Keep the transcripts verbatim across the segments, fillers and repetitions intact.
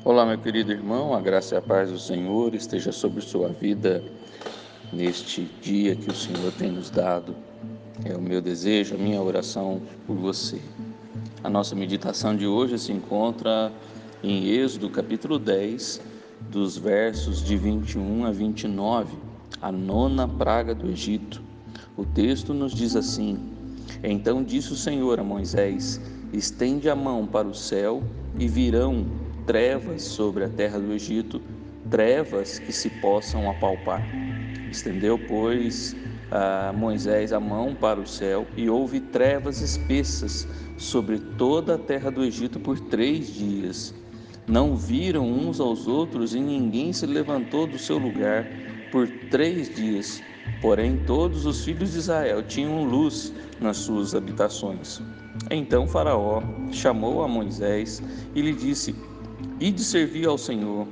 Olá, meu querido irmão, a graça e a paz do Senhor esteja sobre sua vida neste dia que o Senhor tem nos dado. É o meu desejo, a minha oração por você. A nossa meditação de hoje se encontra em Êxodo capítulo dez, dos versos de vinte e um a vinte e nove, a nona praga do Egito. O texto nos diz assim: Então disse o Senhor a Moisés: Estende a mão para o céu e virão trevas sobre a terra do Egito, trevas que se possam apalpar. Estendeu, pois, a Moisés a mão para o céu, e houve trevas espessas sobre toda a terra do Egito por três dias. Não viram uns aos outros, e ninguém se levantou do seu lugar por três dias. Porém, todos os filhos de Israel tinham luz nas suas habitações. Então Faraó chamou a Moisés e lhe disse: Ide servir ao Senhor.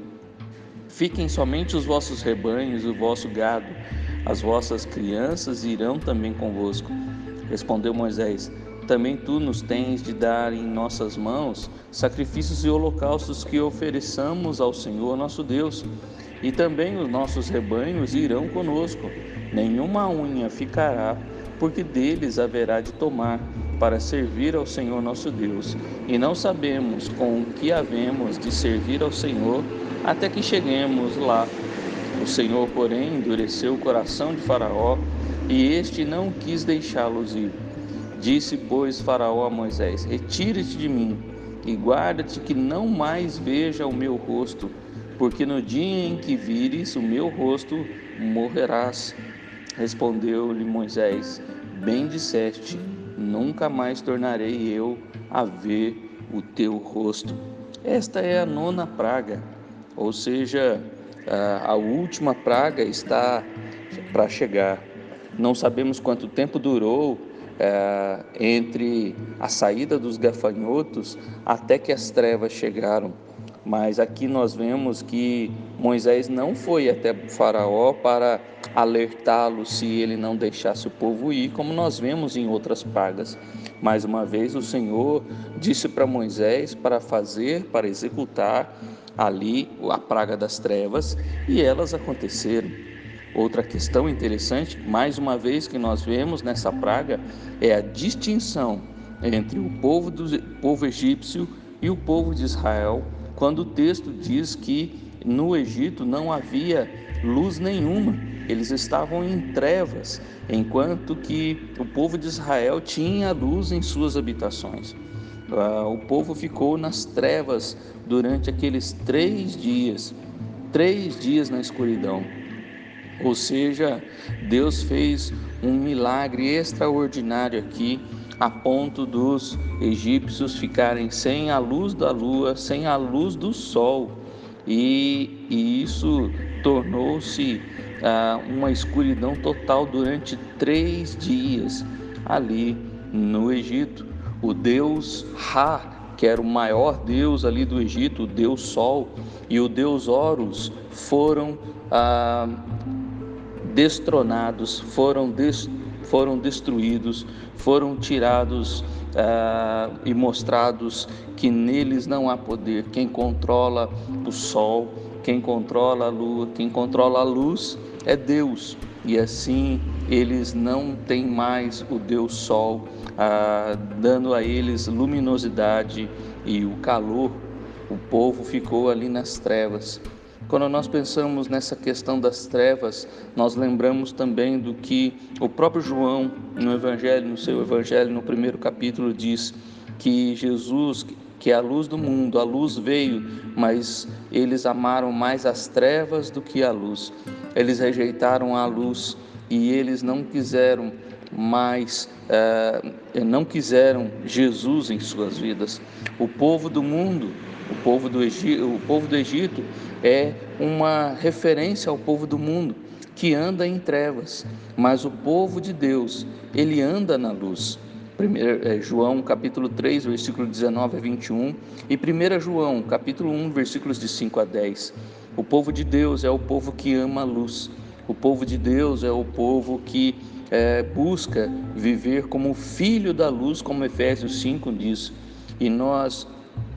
Fiquem somente os vossos rebanhos e o vosso gado. As vossas crianças irão também convosco. Respondeu Moisés: Também tu nos tens de dar em nossas mãos sacrifícios e holocaustos que ofereçamos ao Senhor nosso Deus. E também os nossos rebanhos irão conosco. Nenhuma unha ficará, porque deles haverá de tomar, para servir ao Senhor nosso Deus. E não sabemos com o que havemos de servir ao Senhor até que cheguemos lá. O Senhor, porém, endureceu o coração de Faraó, e este não quis deixá-los ir. Disse, pois, Faraó a Moisés: Retire-te de mim, e guarda-te que não mais veja o meu rosto, porque no dia em que vires o meu rosto, morrerás. Respondeu-lhe Moisés: Bem disseste, nunca mais tornarei eu a ver o teu rosto. Esta é a nona praga, ou seja, a, a última praga está para chegar. Não sabemos quanto tempo durou é, entre a saída dos gafanhotos até que as trevas chegaram. Mas aqui nós vemos que Moisés não foi até Faraó para alertá-lo se ele não deixasse o povo ir, como nós vemos em outras pragas. Mais uma vez o Senhor disse para Moisés para fazer, para executar ali a praga das trevas, e elas aconteceram. Outra questão interessante, mais uma vez que nós vemos nessa praga, é a distinção entre o povo, do, povo egípcio e o povo de Israel, quando o texto diz que no Egito não havia luz nenhuma, eles estavam em trevas, enquanto que o povo de Israel tinha luz em suas habitações. O povo ficou nas trevas durante aqueles três dias, três dias na escuridão. Ou seja, Deus fez um milagre extraordinário aqui, a ponto dos egípcios ficarem sem a luz da lua, sem a luz do sol, e, e isso tornou-se ah, uma escuridão total durante três dias ali no Egito. O deus Ra, que era o maior deus ali do Egito, o deus Sol, e o deus Horus foram ah, destronados, foram, des, foram destruídos, foram tirados ah, e mostrados que neles não há poder. Quem controla o sol, quem controla a lua, quem controla a luz é Deus. E assim eles não têm mais o Deus Sol, ah, dando a eles luminosidade e o calor. O povo ficou ali nas trevas. Quando nós pensamos nessa questão das trevas, nós lembramos também do que o próprio João, no Evangelho, no seu Evangelho, no primeiro capítulo, diz que Jesus, que é a luz do mundo, a luz veio, mas eles amaram mais as trevas do que a luz. Eles rejeitaram a luz e eles não quiseram mais, eh, não quiseram Jesus em suas vidas. O povo do mundo, o povo do Egito, o povo do Egito é uma referência ao povo do mundo que anda em trevas, mas o povo de Deus, ele anda na luz. Primeiro, é, João capítulo três, versículo dezenove a vinte e um, e primeiro João capítulo um, versículos de cinco a dez. O povo de Deus é o povo que ama a luz. O povo de Deus é o povo que é, busca viver como filho da luz, como Efésios cinco diz. E nós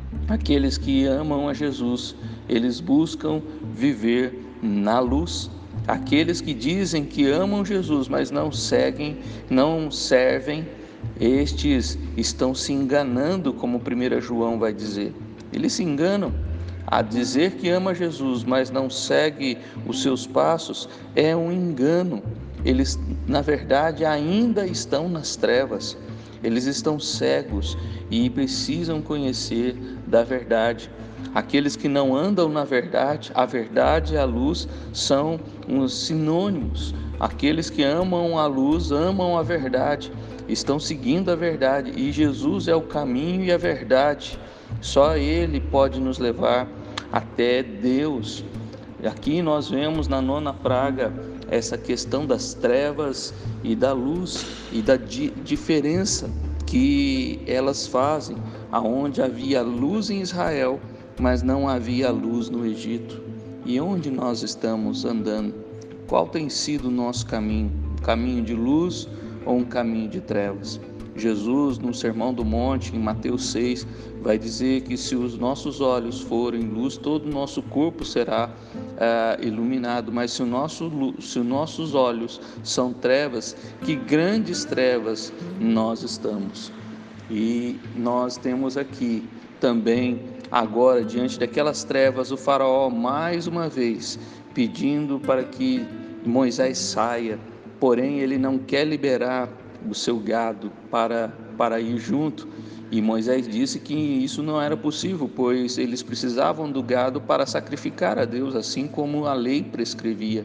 Aqueles que amam a Jesus, eles buscam viver na luz. Aqueles que dizem que amam Jesus, mas não seguem, não servem, estes estão se enganando, como primeiro João vai dizer. Eles se enganam. A dizer que ama Jesus, mas não segue os seus passos, é um engano. Eles, na verdade, ainda estão nas trevas. Eles estão cegos e precisam conhecer da verdade. Aqueles que não andam na verdade, a verdade e a luz são uns sinônimos. Aqueles que amam a luz, amam a verdade, estão seguindo a verdade, e Jesus é o caminho e a verdade. Só Ele pode nos levar até Deus. Aqui nós vemos na nona praga essa questão das trevas e da luz e da di- diferença que elas fazem, aonde havia luz em Israel, mas não havia luz no Egito. E onde nós estamos andando? Qual tem sido o nosso caminho? Um caminho de luz ou um caminho de trevas? Jesus, no Sermão do Monte, em Mateus seis, vai dizer que se os nossos olhos forem luz, todo o nosso corpo será ah, iluminado, mas se, o nosso, se os nossos olhos são trevas, que grandes trevas nós estamos. E nós temos aqui também, agora, diante daquelas trevas, o faraó mais uma vez pedindo para que Moisés saia, porém ele não quer liberar o seu gado para, para ir junto, e Moisés disse que isso não era possível, pois eles precisavam do gado para sacrificar a Deus, assim como a lei prescrevia,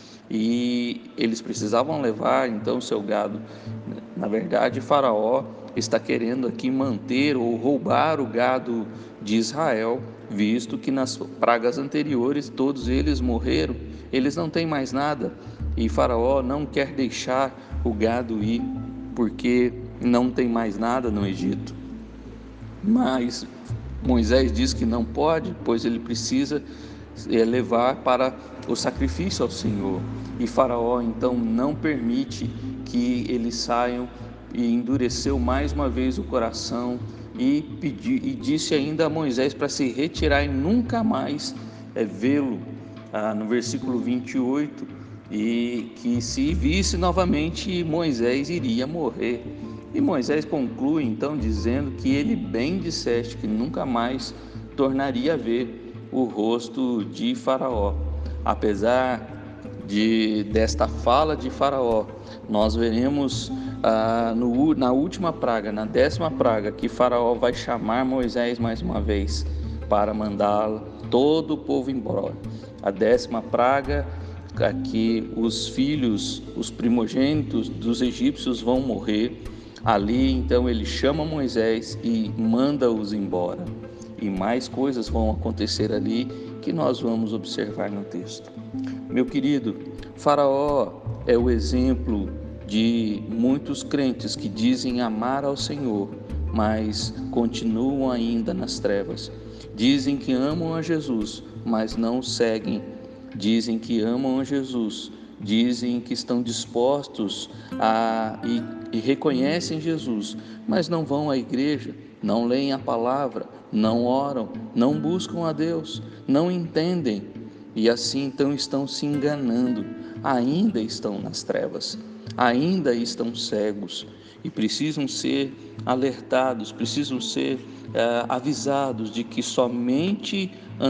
e eles precisavam levar então o seu gado. Na verdade, Faraó está querendo aqui manter ou roubar o gado de Israel, visto que nas pragas anteriores todos eles morreram, eles não têm mais nada, e Faraó não quer deixar o gado ir, porque não tem mais nada no Egito. Mas Moisés diz que não pode, pois ele precisa é, levar para o sacrifício ao Senhor. E Faraó então não permite que eles saiam, e endureceu mais uma vez o coração e, pedi, e disse ainda a Moisés para se retirar e nunca mais é, vê-lo, ah, no versículo vinte e oito, e que se visse novamente Moisés iria morrer. E Moisés conclui então dizendo que ele bem disseste que nunca mais tornaria a ver o rosto de Faraó. Apesar de, desta fala de Faraó, nós veremos ah, no, na última praga, na décima praga, que Faraó vai chamar Moisés mais uma vez para mandá-lo todo o povo embora. A décima praga, que os filhos, os primogênitos dos egípcios vão morrer. Ali então ele chama Moisés e manda-os embora. E mais coisas vão acontecer ali que nós vamos observar no texto. Meu querido, Faraó é o exemplo de muitos crentes que dizem amar ao Senhor, mas continuam ainda nas trevas. Dizem que amam a Jesus, mas não o seguem. Dizem que amam a Jesus, dizem que estão dispostos a e, e reconhecem Jesus, mas não vão à igreja, não leem a palavra, não oram, não buscam a Deus, não entendem, e assim então estão se enganando, ainda estão nas trevas, ainda estão cegos e precisam ser alertados, precisam ser uh, avisados de que somente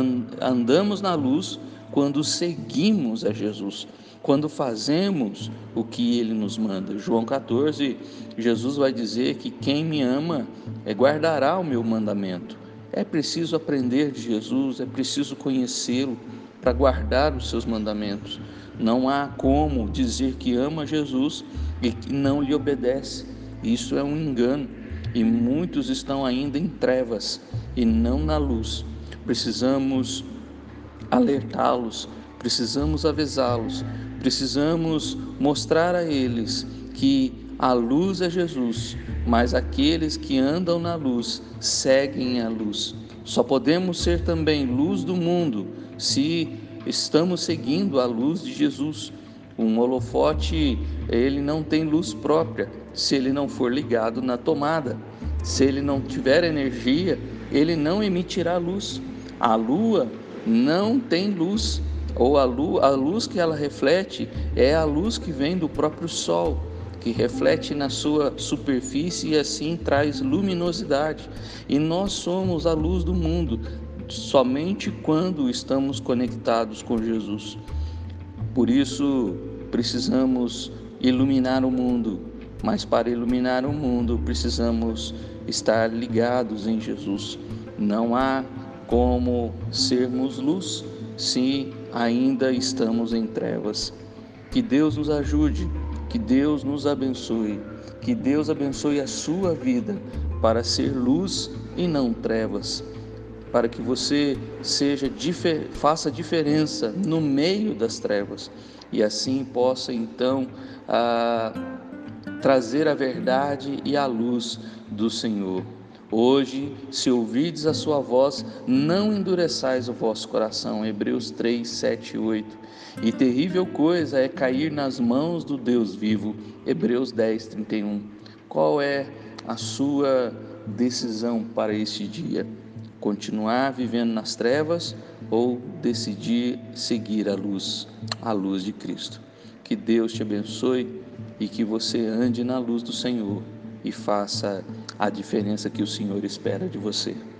andamos na luz quando seguimos a Jesus, quando fazemos o que Ele nos manda. João catorze, Jesus vai dizer que quem me ama guardará o meu mandamento. É preciso aprender de Jesus, é preciso conhecê-lo para guardar os seus mandamentos. Não há como dizer que ama Jesus e que não lhe obedece. Isso é um engano, e muitos estão ainda em trevas e não na luz. Precisamos alertá-los, precisamos avisá-los, precisamos mostrar a eles que a luz é Jesus, mas aqueles que andam na luz seguem a luz. Só podemos ser também luz do mundo se estamos seguindo a luz de Jesus. Um holofote, ele não tem luz própria se ele não for ligado na tomada. Se ele não tiver energia, ele não emitirá luz. A lua não tem luz, ou a luz, a luz que ela reflete é a luz que vem do próprio sol, que reflete na sua superfície e assim traz luminosidade. E nós somos a luz do mundo, somente quando estamos conectados com Jesus. Por isso, precisamos iluminar o mundo, mas para iluminar o mundo, precisamos estar ligados em Jesus. Não há como sermos luz se ainda estamos em trevas. Que Deus nos ajude, que Deus nos abençoe, que Deus abençoe a sua vida para ser luz e não trevas, para que você seja, faça diferença no meio das trevas e assim possa então a, trazer a verdade e a luz do Senhor. Hoje, se ouvides a sua voz, não endureçais o vosso coração. Hebreus três, sete e oito. E terrível coisa é cair nas mãos do Deus vivo. Hebreus dez, trinta e um. Qual é a sua decisão para este dia? Continuar vivendo nas trevas ou decidir seguir a luz, a luz de Cristo? Que Deus te abençoe e que você ande na luz do Senhor e faça a diferença que o Senhor espera de você.